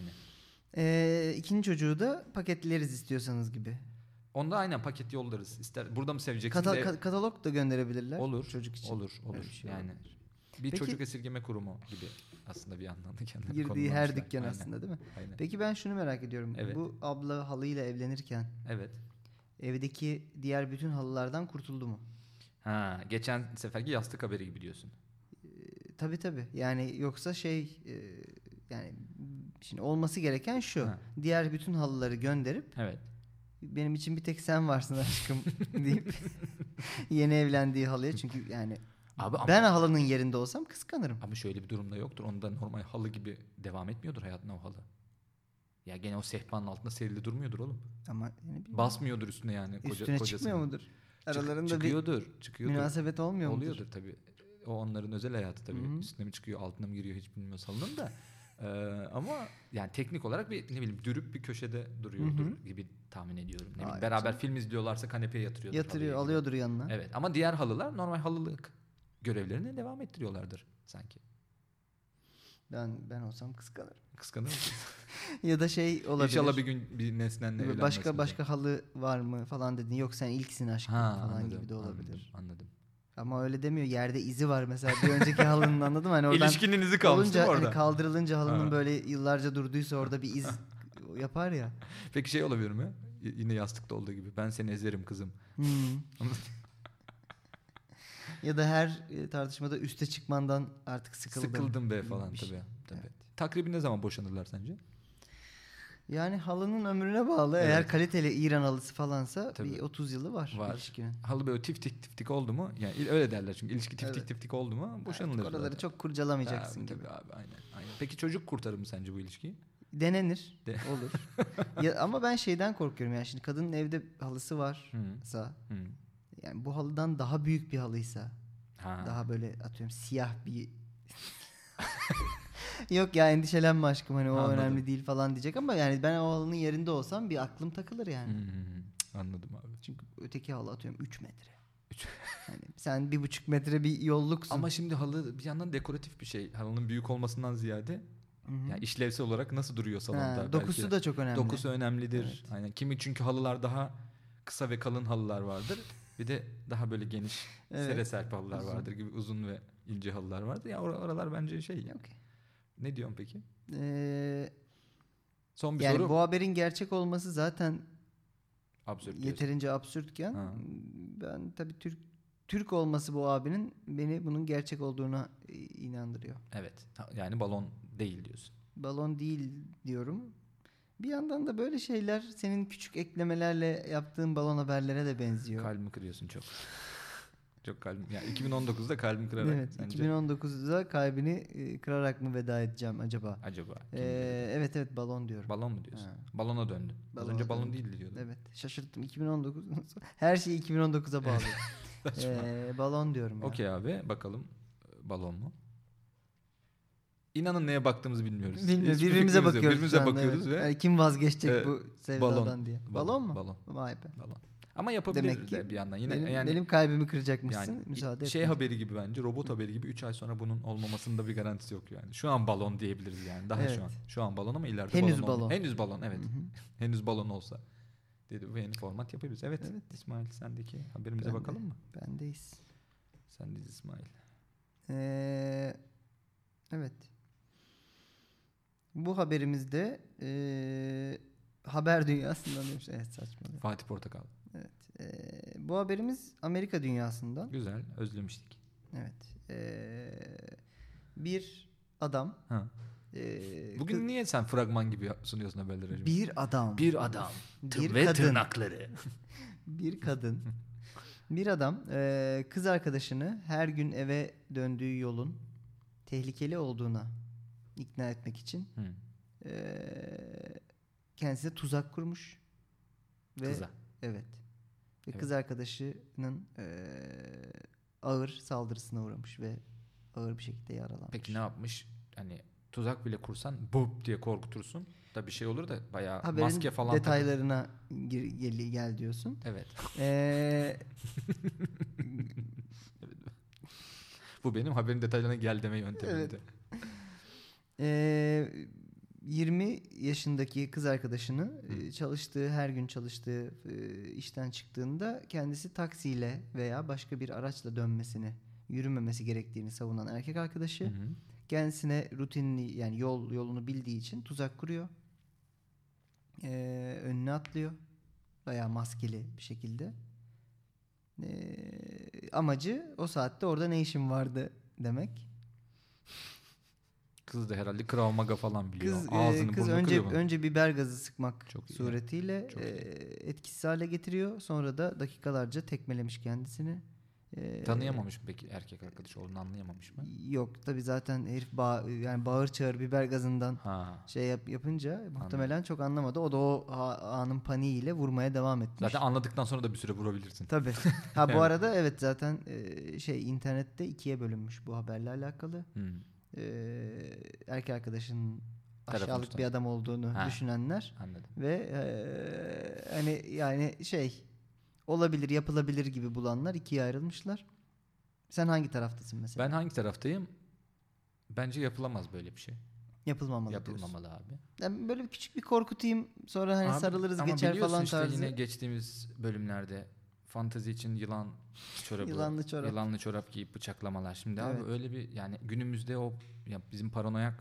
Aynen. İkinci çocuğu da paketleriz istiyorsanız gibi. Onda aynen paket yollarız. İster burada mı seveceksin de Katalog da gönderebilirler. olur. Çocuk için. Olur. Öyle bir şey Yani olabilir. bir Peki- çocuk esirgeme kurumu gibi aslında bir yandan da kendini Girdiği her konumlamışlar. dükkan Aynen, aslında değil mi? Aynen. Peki ben şunu merak ediyorum. Evet. Bu abla halıyla evlenirken Evet. evdeki diğer bütün halılardan kurtuldu mu? Ha, geçen seferki yastık haberi gibi diyorsun. Tabii. Yani yoksa yani şimdi olması gereken şu. Ha. Diğer bütün halıları gönderip Evet. benim için bir tek sen varsın aşkım deyip yeni evlendiği halıya, çünkü yani Abi ama- ben halının yerinde olsam kıskanırım. Ama şöyle bir durumda yoktur. Onda normal halı gibi devam etmiyordur hayatına o halı. Ya gene o sehpanın altında serili durmuyordur oğlum. Ama ne bileyim, Basmıyordur üstüne yani üstüne çıkmıyor mudur? Aralarında çıkıyordur. bir Çıkıyordur. münasebet olmuyor mudur? Oluyordur tabii. O onların özel hayatı tabii. Hı hı. Üstüne mi çıkıyor, altına mı giriyor hiç bilmiyoruz halının da. Ama yani teknik olarak bir ne bileyim dürüp bir köşede duruyordur Hı hı. gibi tahmin ediyorum. Ne bileyim, Hayır beraber canım. film izliyorlarsa kanepeye yatırıyordur. Yatırıyor, halıyı gibi. alıyordur yanına. Evet ama diğer halılar normal halılık görevlerini devam ettiriyorlardır sanki. Ben olsam kıskanırım. Kıskanır mısın? Ya da şey olabilir. İnşallah bir gün bir nesnenle evlenmezsin. Başka halı var mı falan dedin. Yok sen ilksin aşkım falan gibi de olabilir. Anladım. Ama öyle demiyor. Yerde izi var mesela bir önceki halının, anladın mı? Hani oradan İlişkinin izi kalmış değil olunca mi orada? hani kaldırılınca halının Ha. böyle yıllarca durduysa orada bir iz yapar ya. Peki şey olabilir mi? Yine yastıkta olduğu gibi. Ben seni ezerim kızım. Hmm. Ya da her tartışmada üste çıkmandan artık Sıkıldım be falan Bir şey. tabii. Evet. Takribi ne zaman boşanırlar sence? Yani halının ömrüne bağlı. Evet. Eğer kaliteli İran halısı falansa Tabii. bir 30 yılı var. Var. ilişkinin. Halı böyle tiftik oldu mu? Yani öyle derler çünkü ilişki Evet. tiftik oldu mu boşanılır. Artık oraları zaten. çok kurcalamayacaksın Tabii, gibi. tabii abi aynen. Peki çocuk kurtarır mı sence bu ilişkiyi? Denenir. De- Olur. Ama ben şeyden korkuyorum yani, şimdi kadının evde halısı varsa Hı. yani bu halıdan daha büyük bir halıysa, Ha. daha böyle atıyorum siyah bir yok ya endişelenme aşkım hani o Anladım. önemli değil falan diyecek ama yani ben o halının yerinde olsam bir aklım takılır yani. Anladım abi. Çünkü öteki halı atıyorum 3 metre. Yani sen 1,5 metre bir yolluksun. Ama şimdi halı bir yandan dekoratif bir şey. Halının büyük olmasından ziyade Hı hı. yani işlevsel olarak nasıl duruyor salonda? Ha, dokusu belki. da çok önemli. Dokusu önemlidir. Evet. Aynen. Kimi çünkü halılar daha kısa ve kalın halılar vardır. Bir de daha böyle geniş Evet. sere serpe halılar Uzun. vardır gibi uzun ve ince halılar vardır. Ya oralar bence şey. Okey. Ne diyorsun peki? Yani Son bir soru. bu haberin gerçek olması zaten Absürt diyorsun. yeterince absürtken Ha. ben tabii Türk olması bu abinin beni bunun gerçek olduğuna inandırıyor. Evet. Yani balon değil diyorsun. Balon değil diyorum. Bir yandan da böyle şeyler senin küçük eklemelerle yaptığın balon haberlere de benziyor. Kalbimi kırıyorsun çok. Çok kalbim. Yani 2019'da kalbimi kırarak Evet, sence 2019'da kalbini kırarak mı veda edeceğim acaba? acaba? Evet balon diyorum. Balon mu diyorsun? Ha. Balona döndün. Az Balona önce balon döndüm. değildi diyordun. Evet, şaşırttım. 2019 her şeyi 2019'a bağlı. Balon diyorum ya. Okey abi bakalım balon mu? İnanın neye baktığımızı bilmiyoruz. Bilmiyorum, Hiçbir birbirimize fikrimiz yok. bakıyoruz. Birbirimize şu anda, bakıyoruz evet. ve Yani kim vazgeçecek Evet, bu sevdadan diye. Balon mu? Balon. Vay be. Balon. Ama yapabiliriz Demek ki de bir yandan. Yine benim, yani benim kalbimi kıracakmışsın. yani Müsaade şey etme. haberi gibi bence robot haberi gibi 3 ay sonra bunun olmamasında bir garantisi yok yani. Şu an balon diyebiliriz yani. Daha Evet. şu an. Şu an balon ama ileride Henüz balon. balon. Henüz balon evet. Hı hı. Henüz balon olsa. Dedi bu yeni format yapabiliriz. Evet. Evet. İsmail sendeki haberimize Ben de. bakalım mı? Bendeyiz. Sendeyiz İsmail. Evet. Bu haberimizde haber dünyasından demiş. Evet saçmalıyor. Fatih Portakal. Evet. Bu haberimiz Amerika dünyasından. Güzel. Özlemiştik. Evet. Bir adam. Ha. Bugün niye sen fragman gibi sunuyorsun haberleri acaba? Bir adam. Bir adam. Bir ve kadın. tırnakları. Bir kadın. Bir adam kız arkadaşını her gün eve döndüğü yolun tehlikeli olduğuna ikna etmek için kendisine tuzak kurmuş. Ve Kıza. evet. Ve Evet. kız arkadaşının ağır saldırısına uğramış ve ağır bir şekilde yaralanmış. Peki ne yapmış? Hani tuzak bile kursan bop diye korkutursun. Da bir şey olur da bayağı Haberin maske falan detaylarına gel diyorsun. Evet. Eee Bu benim haberin detaylarına gel deme yöntemimdi. evet. 20 yaşındaki kız arkadaşını her gün çalıştığı işten çıktığında kendisi taksiyle veya başka bir araçla yürümemesi gerektiğini savunan erkek arkadaşı Hı hı. kendisine rutinli yani yolunu bildiği için tuzak kuruyor. Önüne atlıyor. Bayağı maskeli bir şekilde. Amacı o saatte orada ne işin vardı demek. Kız da herhalde Krav Maga falan biliyor. Kız Ağzını burnunu kırıyor bunun. önce biber gazı sıkmak Çok iyi. suretiyle Çok iyi. etkisiz hale getiriyor. Sonra da dakikalarca tekmelemiş kendisini. Tanıyamamış mı peki erkek arkadaş olduğunu anlayamamış mı? Yok tabii zaten herif yani bağır çağır biber gazından Ha. yapınca muhtemelen çok anlamadı. O da o anın paniğiyle vurmaya devam etmiş. Zaten anladıktan sonra da bir süre vurabilirsin. Tabii. Ha bu Evet. arada evet zaten internette ikiye bölünmüş bu haberle alakalı. Erkek arkadaşının Tarafını aşağılık tutan. bir adam olduğunu düşünenler Anladım. ve hani yani olabilir yapılabilir gibi bulanlar ikiye ayrılmışlar. Sen hangi taraftasın mesela? Ben hangi taraftayım? Bence yapılamaz böyle bir şey. Yapılmamalı diyorsun. Yapılmamalı abi. Yani böyle küçük bir korkutayım sonra hani Abi, sarılırız ama geçer biliyorsun falan işte tarzı. yine geçtiğimiz bölümlerde fantezi için yılan çorabı, Yılanlı çorap. çorap giyip bıçaklamalar. Şimdi Evet. abi öyle bir yani günümüzde bizim paranoyak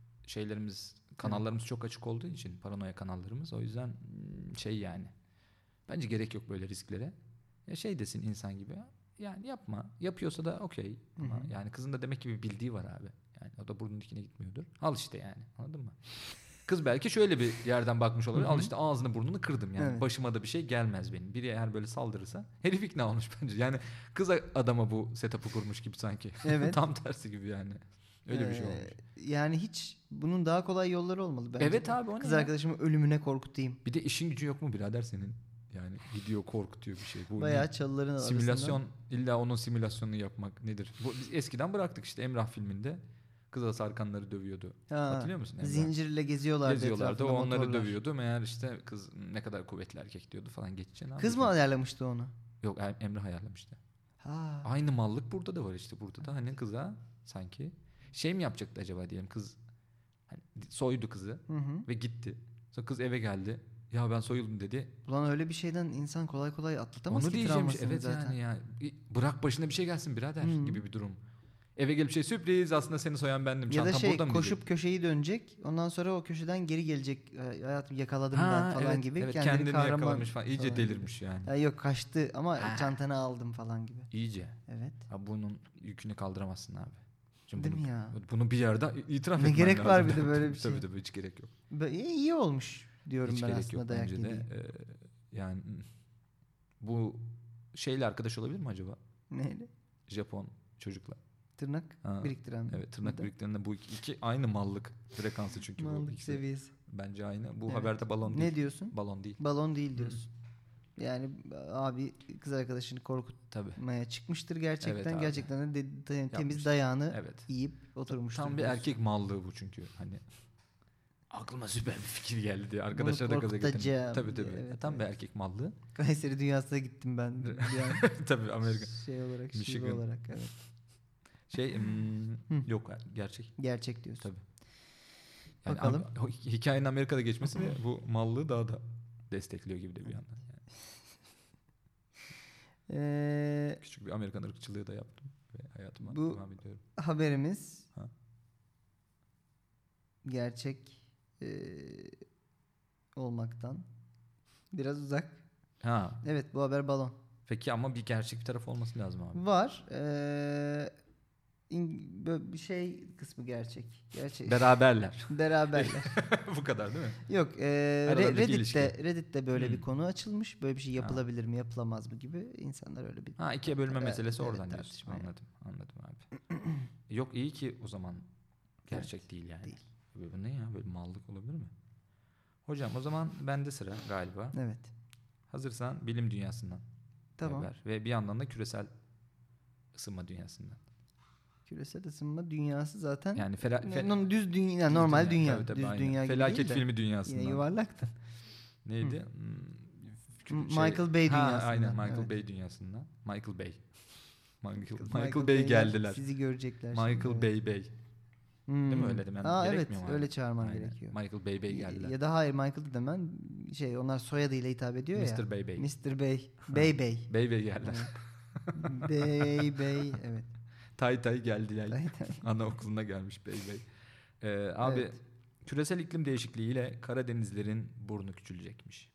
kanallarımız çok açık olduğu için paranoya kanallarımız o yüzden yani bence gerek yok böyle risklere. Desin insan gibi yani yapma. Yapıyorsa da okey. Ama yani kızın da demek ki bir bildiği var abi. Yani o da burnun dikine gitmiyordur. Al işte yani. Anladın mı? Kız belki şöyle bir yerden bakmış olabilir. Al işte ağzını burnunu kırdım yani. Evet. Başıma da bir şey gelmez benim. Biri eğer böyle saldırırsa herif ikna olmuş bence. Yani kız adama bu setup'ı kurmuş gibi sanki. Evet. Tam tersi gibi yani. Öyle bir şey olmuş. Yani hiç bunun daha kolay yolları olmalı bence. Evet abi, o ne Kız ya? arkadaşımı ölümüne korkutayım. Bir de işin gücü yok mu birader senin? Yani gidiyor korkutuyor bir şey. Bu Bayağı ne? çalıların Simülasyon, arasından. illa onun simülasyonunu yapmak nedir? Biz eskiden bıraktık işte Emrah filminde. Kıza sarkanları dövüyordu. Hatırlıyor musun? Emrah? Zincirle geziyorlardı Geziyorlardı. O etrafında onları motorlar. dövüyordu. Meğer işte kız ne kadar kuvvetli erkek diyordu falan geçeceğini. Kız mı ayarlamıştı onu? Yok, Emrah ayarlamıştı. Ha. Aynı mallık burada da var işte. Burada da hani kıza sanki mi yapacaktı acaba diyelim, kız hani soydu kızı ve gitti. Sonra kız eve geldi. Ya ben soyuldum dedi. Ulan öyle bir şeyden insan kolay kolay atlatamaz Onu ki diyeceğim işte. travmasını Evet zaten. yani ya. Bırak başına bir şey gelsin birader gibi bir durum. Eve gelip sürpriz aslında seni soyan bendim. Ya da Çantam burada mı koşup diyecek? köşeyi dönecek. Ondan sonra o köşeden geri gelecek. Hayatım yakaladım ben falan evet, gibi. evet, Kendini kendini kahraman yakalamış falan. İyice falan delirmiş gibi. yani. Ya yok kaçtı ama çantanı aldım falan gibi. İyice. Evet. Abi bunun yükünü kaldıramazsın abi. Şimdi Değil mi ya? Bunu bir yerde itiraf Ne etmen gerek lazım. var bir de böyle bir şey? Tabii hiç gerek yok. İyi olmuş diyorum Hiç ben gerek aslında yok dayak bence de. yediği. Yani bu şeyle arkadaş olabilir mi acaba? Neyle? Japon çocukla. Tırnak biriktiren. Evet, tırnak biriktireninde bu iki aynı mallık frekansı çünkü bu Mallık ikisi. seviyesi. Bence aynı. Bu Evet. haberde balon değil. Ne diyorsun? Balon değil. Balon değil diyorsun. Yani abi kız arkadaşını korkutmaya Tabii. çıkmıştır gerçekten. Evet abi. Gerçekten de temiz Yapmıştır. dayağını Evet. yiyip oturmuştur. Tam bir diyorsun. erkek mallığı bu çünkü. Hani aklıma süper bir fikir geldi diye. Bunu Arkadaşlara da gaza getirdim. korkutacağım Tabii. diye, evet, Tam bir evet. erkek mallığı. Kayseri dünyasına gittim ben. Yani Tabii Amerika. olarak, şive Michigan. olarak evet. Yok gerçek. Gerçek diyorsun. Tabii. Yani Bakalım. hikayenin Amerika'da geçmesi de bu mallığı daha da destekliyor gibi de bir yandan. Yani. Küçük bir Amerikan ırkçılığı da yaptım ve hayatıma Bu devam ediyorum. haberimiz gerçek olmaktan biraz uzak. Ha. Evet, bu haber balon. Peki ama bir gerçek bir taraf olması lazım abi. Var. Böyle bir şey kısmı gerçek. Beraberler. Beraberler. Bu kadar değil mi? Yok. Aralarındaki ilişki. Reddit'te böyle bir Hmm. konu açılmış. Böyle bir şey yapılabilir mi, yapılamaz mı gibi. İnsanlar öyle bir... Ha, ikiye bölünme meselesi Evet, oradan diyorsun. tartışmaya. Anladım abi. Yok, iyi ki o zaman gerçek değil yani. Değil. Bu ne ya, böyle mallık olabilir mi? Hocam o zaman bende sıra galiba. Evet. Hazırsan bilim dünyasından. Tamam. Haber. Ve bir yandan da küresel ısınma dünyasından. Küresel ısınma dünyası zaten Yani düz dünya, normal dünya. Tabii, düz aynen. dünya gibi Felaket değil de. filmi dünyasından. Yine yuvarlaktı. Neydi? Michael Bay dünyasından. Aynen, Michael Evet. Bay dünyasından. Michael Bay. Michael Michael Bay Bay'ler geldiler. Sizi görecekler. Michael şimdi, Bay Bay. Değil mi öyle demen? Evet, Gerekmiyor mu abi? öyle çağırman Aynen. gerekiyor. Michael Bay Bay geldiler. Ya da hayır, Michael demen onlar soyadıyla hitap ediyor ya. Mr. Bay Bay. Mr. Bay. Bay Bay. Bay Bay geldiler. Bay. Evet. Tay geldiler. Anaokuluna gelmiş Bay Bay. Abi Evet. küresel iklim değişikliğiyle Karadenizlerin burnu küçülecekmiş.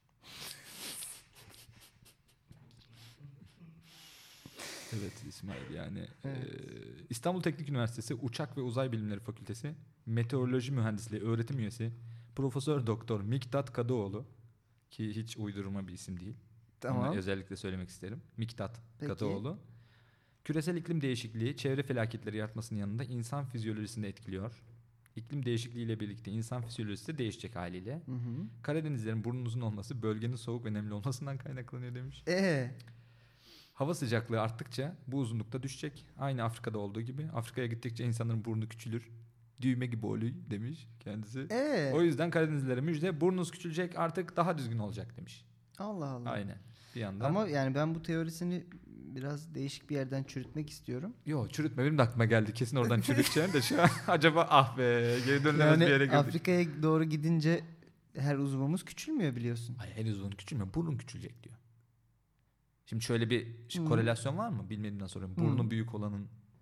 Evet İsmail, yani Evet. İstanbul Teknik Üniversitesi Uçak ve Uzay Bilimleri Fakültesi Meteoroloji Mühendisliği öğretim üyesi Profesör Doktor Miktat Kadıoğlu, ki hiç uydurma bir isim değil. Tamam. Onu özellikle söylemek isterim. Miktat Peki. Kadıoğlu. Küresel iklim değişikliği çevre felaketleri yaratmasının yanında insan fizyolojisini de etkiliyor. İklim değişikliğiyle birlikte insan fizyolojisi de değişecek haliyle. Hı hı. Karadenizlerin burnunun uzun olması bölgenin soğuk ve nemli olmasından kaynaklanıyor demiş. Hava sıcaklığı arttıkça bu uzunlukta düşecek. Aynı Afrika'da olduğu gibi. Afrika'ya gittikçe insanların burnu küçülür. Düğme gibi oluyor demiş kendisi. O yüzden Karadenizlilere müjde, burnunuz küçülecek, artık daha düzgün olacak demiş. Allah Allah. Aynen. Bir yandan. Ama yani ben bu teorisini biraz değişik bir yerden çürütmek istiyorum. Yok, çürütme, benim de aklıma geldi. Kesin oradan çürüteceğim de şu an acaba geri dönülemez bir yere girdik. Afrika'ya doğru gidince her uzvumuz küçülmüyor biliyorsun. Hayır, henüz uzun küçülmüyor. Burnun küçülecek diyor. Şimdi şöyle bir korelasyon var mı? Bilmediğimden soruyorum. Burnu büyük olanın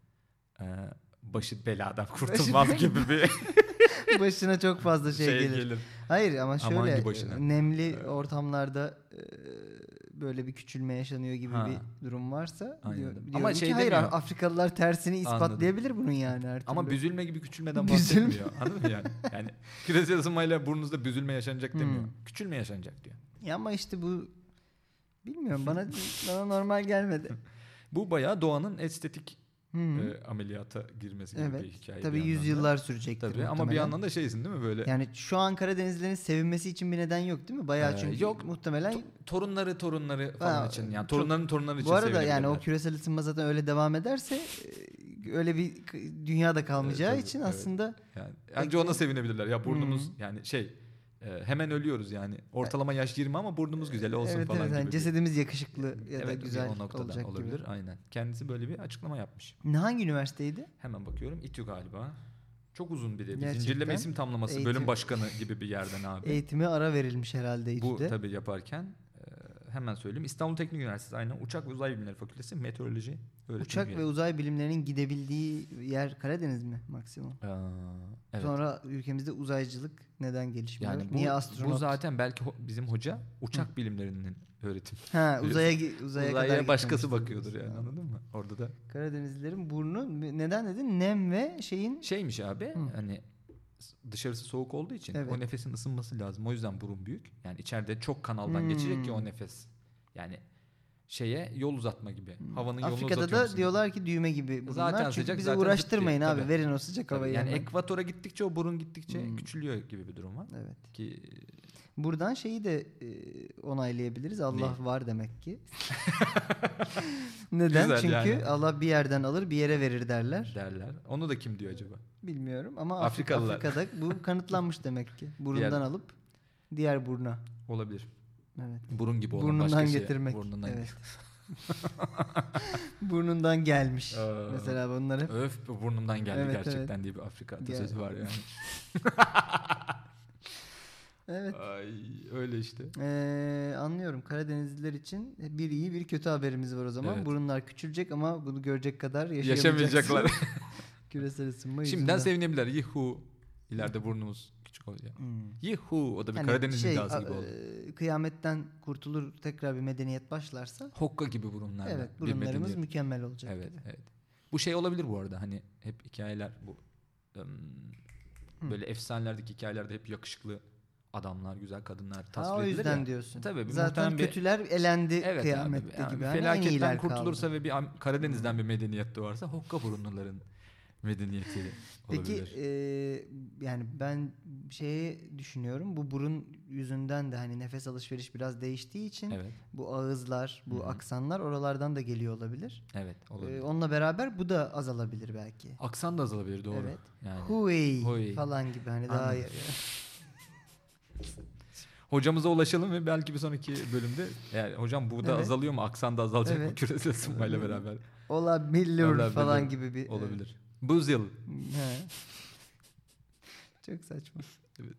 başı beladan kurtulmaz gibi bir başına çok fazla şey gelir. Hayır ama şöyle nemli ortamlarda böyle bir küçülme yaşanıyor gibi bir durum varsa ama ki hayır, Afrikalılar tersini ispatlayabilir bunun yani her türlü. Ama büzülme gibi küçülmeden bahsetmiyor. Anladın mı yani? Yani küresel ısınmayla burnunuzda büzülme yaşanacak demiyor. Küçülme yaşanacak diyor. Ya ama işte bu bilmiyorum, bana normal gelmedi. Bu bayağı doğanın estetik ameliyata girmesi gibi bir hikaye. Tabii yüzyıllar sürecektir. Tabii, ama bir yandan da şeysin değil mi böyle? Yani şu an Karadenizlerin sevinmesi için bir neden yok değil mi? Bayağı çünkü yok, muhtemelen torunları falan için, yani torunları için. Bu arada yani o küresel ısınma zaten öyle devam ederse öyle bir dünya da kalmayacağı için aslında yani önce ona sevinebilirler. Ya burnumuz yani hemen ölüyoruz yani. Ortalama yaş 20 ama burnumuz güzel olsun falan gibi. Yani cesedimiz yakışıklı ya da güzel o noktadan olacak olabilir. gibi. Aynen. Kendisi böyle bir açıklama yapmış. Hangi üniversiteydi? Hemen bakıyorum. İTÜ galiba. Çok uzun bir de. Gerçekten. Zincirleme isim tamlaması bölüm başkanı gibi bir yerden abi. Eğitime ara verilmiş herhalde İTÜ'de. Bu tabii yaparken hemen söyleyeyim. İstanbul Teknik Üniversitesi aynen. Uçak ve Uzay Bilimleri Fakültesi Meteoroloji öğretim Uçak üyesi. ve uzay bilimlerinin gidebildiği yer Karadeniz mi maksimum? Evet. Sonra ülkemizde uzaycılık neden gelişmiyor? Yani niye astronot? Bu zaten belki bizim hoca uçak bilimlerinin öğretim. Uzaya başkası bakıyordur yani, anladın mı? Orada da. Karadenizlilerin burnu neden dedin? Nem ve şeymiş abi. Hani dışarısı soğuk olduğu için o nefesin ısınması lazım. O yüzden burun büyük. Yani içeride çok kanaldan geçecek ki o nefes. Yani yol uzatma gibi. Havanın yolunu uzatıyor Afrika'da da musun? diyorlar ki düğme gibi burunlar. Zaten çünkü sıcak, bizi zaten uğraştırmayın abi. Tabii. Verin o sıcak havayı. Yani ekvatora gittikçe o burun gittikçe küçülüyor gibi bir durum var. Evet. Ki buradan şeyi de onaylayabiliriz. Allah var demek ki. Neden? Güzel, çünkü yani. Allah bir yerden alır bir yere verir derler. Onu da kim diyor acaba? Bilmiyorum ama Afrikalılar. Afrika'da bu kanıtlanmış demek ki. Burundan alıp diğer buruna. Olabilir. Evet. Burun gibi olan burnundan başka getirmek. Burnundan evet. Burnundan gelmiş. Mesela bunları. Öf, burnumdan geldi gerçekten diye bir Afrika atasözü var yani. Evet. Ay, öyle işte. Anlıyorum. Karadenizliler için bir iyi bir kötü haberimiz var o zaman. Evet. Burunlar küçülecek ama bunu görecek kadar yaşayamayacaklar. Küresel ısınma yüzünden. Şimdiden sevinebilirler. Yuhu. İleride burnumuz küçük oluyor. Hmm. Yuhu, o da bir Hani Karadeniz iddiası gibi oldu. Kıyametten kurtulur, tekrar bir medeniyet başlarsa Hokka gibi burunlarla evet, bir burunlarımız medeniyet. mükemmel olacak Evet, gibi. evet. Bu şey olabilir bu arada, hani hep hikayeler bu böyle efsanelerdeki hikayelerde hep yakışıklı adamlar, güzel kadınlar tasvir O edilir yüzden ya. diyorsun. Tabii bir Zaten muhtemelen bir kötüler elendi evet kıyamette abi, yani gibi. bir Hani en felaketten iyiler kurtulursa kaldı. ve bir Karadeniz'den bir medeniyet doğarsa hokka burunluların medeniyeti Peki olabilir. yani ben şeyi düşünüyorum, bu burun yüzünden de hani nefes alışveriş biraz değiştiği için Evet. bu ağızlar, bu Hı-hı. aksanlar oralardan da geliyor olabilir. Evet, olabilir. Onunla beraber bu da azalabilir belki. Aksan da azalabilir, doğru. Evet. Yani. Huy Huy. falan gibi hani daha Anladım. Hocamıza ulaşalım ve belki bir sonraki bölümde eğer hocam bu da Evet. azalıyor mu? Aksan da azalacak mı Evet. küresel ısınmayla beraber? olabilir falan Olabilir. gibi bir Olabilir. Buzil. He. Çok saçma. Evet.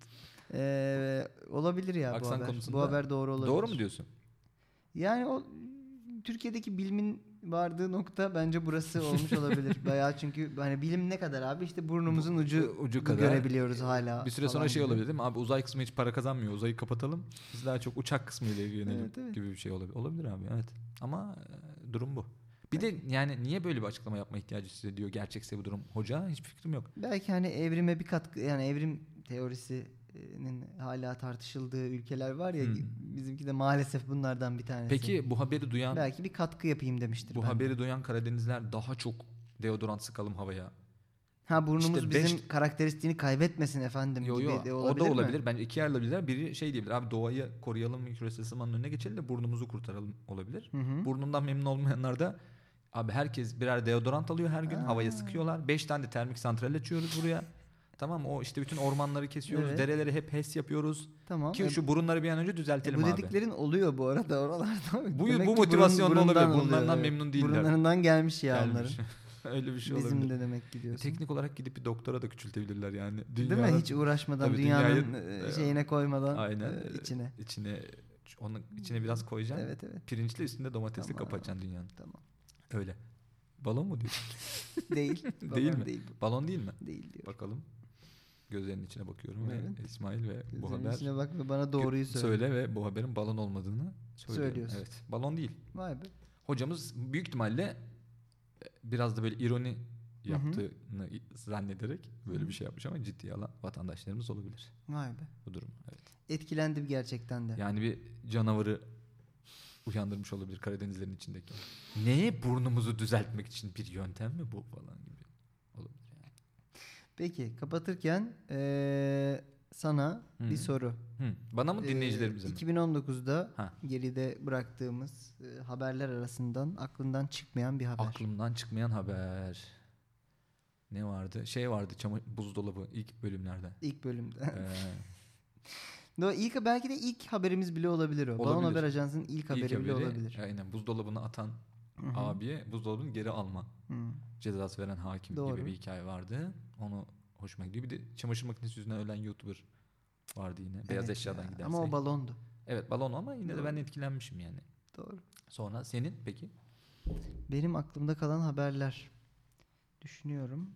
Olabilir ya bu Aksan haber. konusunda Bu haber doğru olabilir. doğru mu diyorsun? Yani Türkiye'deki bilimin vardığı nokta bence burası olmuş olabilir. Bayağı, çünkü hani bilim ne kadar abi, işte burnumuzun ucu kadar görebiliyoruz hala. Bir süre sonra falan şey gibi. olabilir değil mi? Abi uzay kısmı hiç para kazanmıyor. Uzayı kapatalım. Biz daha çok uçak kısmı ile ilgilenelim Evet, evet. gibi bir şey olabilir. Olabilir abi, evet. Ama durum bu. Bir de yani niye böyle bir açıklama yapma ihtiyacı hissediyor gerçekse bu durum hoca? Hiçbir fikrim yok. Belki hani evrime bir katkı, yani evrim teorisinin hala tartışıldığı ülkeler var ya, bizimki de maalesef bunlardan bir tanesi. Peki bu haberi duyan Belki bir katkı yapayım demiştir. bu bende. haberi duyan Karadenizler daha çok deodorant sıkalım havaya. Ha, burnumuz İşte bizim karakteristiğini kaybetmesin efendim Yo gibi yo, de o olabilir da mi? olabilir. Bence iki yer olabilir. Biri şey diyebilir. Abi doğayı koruyalım, küresel ısınmanın önüne geçelim de burnumuzu kurtaralım olabilir. Hı. Burnundan memnun olmayanlar da abi herkes birer deodorant alıyor her gün. Havaya sıkıyorlar. 5 tane de termik santral açıyoruz buraya. Tamam, o işte bütün ormanları kesiyoruz. Evet. Dereleri hep HES yapıyoruz. Tamam. Ki şu burunları bir an önce düzeltelim bu abi. dediklerin oluyor bu arada oralarda. Bu Demek ki motivasyonla burundan olabilir. Bunlardan oluyor, evet. memnun değiller. Burunlarından gelmiş ya onların. Gelmiş. Öyle bir şey Bizim olabilir. de demek ki diyorsun. Teknik olarak gidip bir doktora da küçültebilirler yani. Değil mi? Hiç uğraşmadan, Tabii dünyanın dünyayı, şeyine koymadan aynen içine. Onun içine biraz koyacaksın. Evet, evet. Pirinçli, üstünde domatesli Tamam. kapatacaksın dünyanın. Tamam. Öyle. Balon mu diyorsun? Değil. Değil Balon mi? Değil bu. Balon değil mi? Değil diyor. Bakalım. Gözlerinin içine bakıyorum Evet. ve İsmail ve bu Gözünün haber içine bak ve bana doğruyu söyle. ve bu haberin balon olmadığını söylüyorum. Söylüyorsun. Evet. Balon değil. Vay be. Hocamız büyük ihtimalle biraz da böyle ironi yaptığını zannederek böyle bir şey yapmış ama ciddiye alan vatandaşlarımız olabilir. Vay be. Bu durum. Evet. Etkilendim gerçekten de. Yani bir canavarı uyandırmış olabilir Karadenizlerin içindeki. Neye, burnumuzu düzeltmek için bir yöntem mi bu falan gibi olabilir yani. Peki kapatırken sana bir soru. Bana mı, dinleyicilerimize mi? 2019'da Ha. geride bıraktığımız haberler arasından aklından çıkmayan bir haber. Aklımdan çıkmayan haber. Ne vardı? Şey vardı, buzdolabı ilk bölümlerde. İlk bölümde. Belki de ilk haberimiz bile olabilir o. Olabilir. Balon Haber Ajansı'nın ilk haberi bile olabilir. Aynen, buzdolabını atan abiye buzdolabını geri alma cezası veren hakim gibi bir hikaye vardı. Onu hoşuma gidiyor. Bir de çamaşır makinesi yüzünden ölen YouTuber vardı yine. Evet, beyaz eşyadan giderse. Ama o balondu. Evet, balon, ama yine de ben etkilenmişim yani. Doğru. Sonra senin peki? Benim aklımda kalan haberler. Düşünüyorum.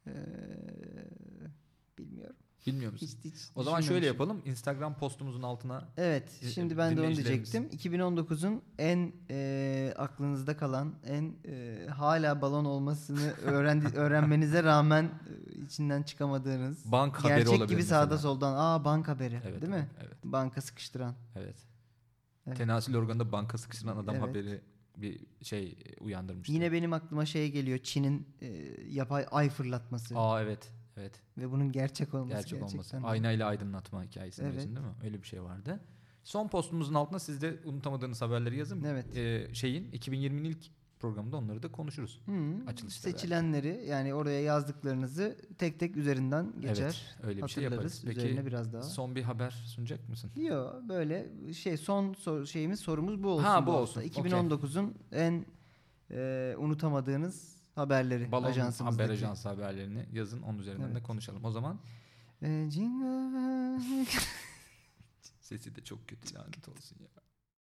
Bilmiyorum. Bilmiyor musun? Hiç o zaman şöyle yapalım. Instagram postumuzun altına. Evet. Şimdi ben de onu diyecektim. 2019'un en aklınızda kalan, en hala balon olmasını öğrenmenize rağmen içinden çıkamadığınız, bank haberi gerçek olabilir gibi mesela. sağda soldan bank haberi, Evet, değil mi? Evet. Banka sıkıştıran. Evet. Evet. Tenasül organında banka sıkıştıran adam haberi bir şey uyandırmıştı. Yine benim aklıma şey geliyor. Çin'in yapay ay fırlatması. Evet. Evet. Ve bunun gerçek olması. Gerçek olması. De. Aynayla aydınlatma hikayesini diyorsun değil mi? Öyle bir şey vardı. Son postumuzun altına siz de unutamadığınız haberleri yazın. Evet. 2020'nin ilk programında onları da konuşuruz. Açılışta seçilenleri belki. Yani oraya yazdıklarınızı tek tek üzerinden geçer. Evet, öyle bir şey yaparız. Peki biraz daha. Son bir haber sunacak mısın? Yok, böyle son sorumuz bu olsun. Bu olsun. 2019'un en unutamadığınız haberleri. Balon ajansımızdaki. haber ajansı haberlerini yazın, onun üzerinden de konuşalım. O zaman sesi de çok kötü, lanet olsun ya.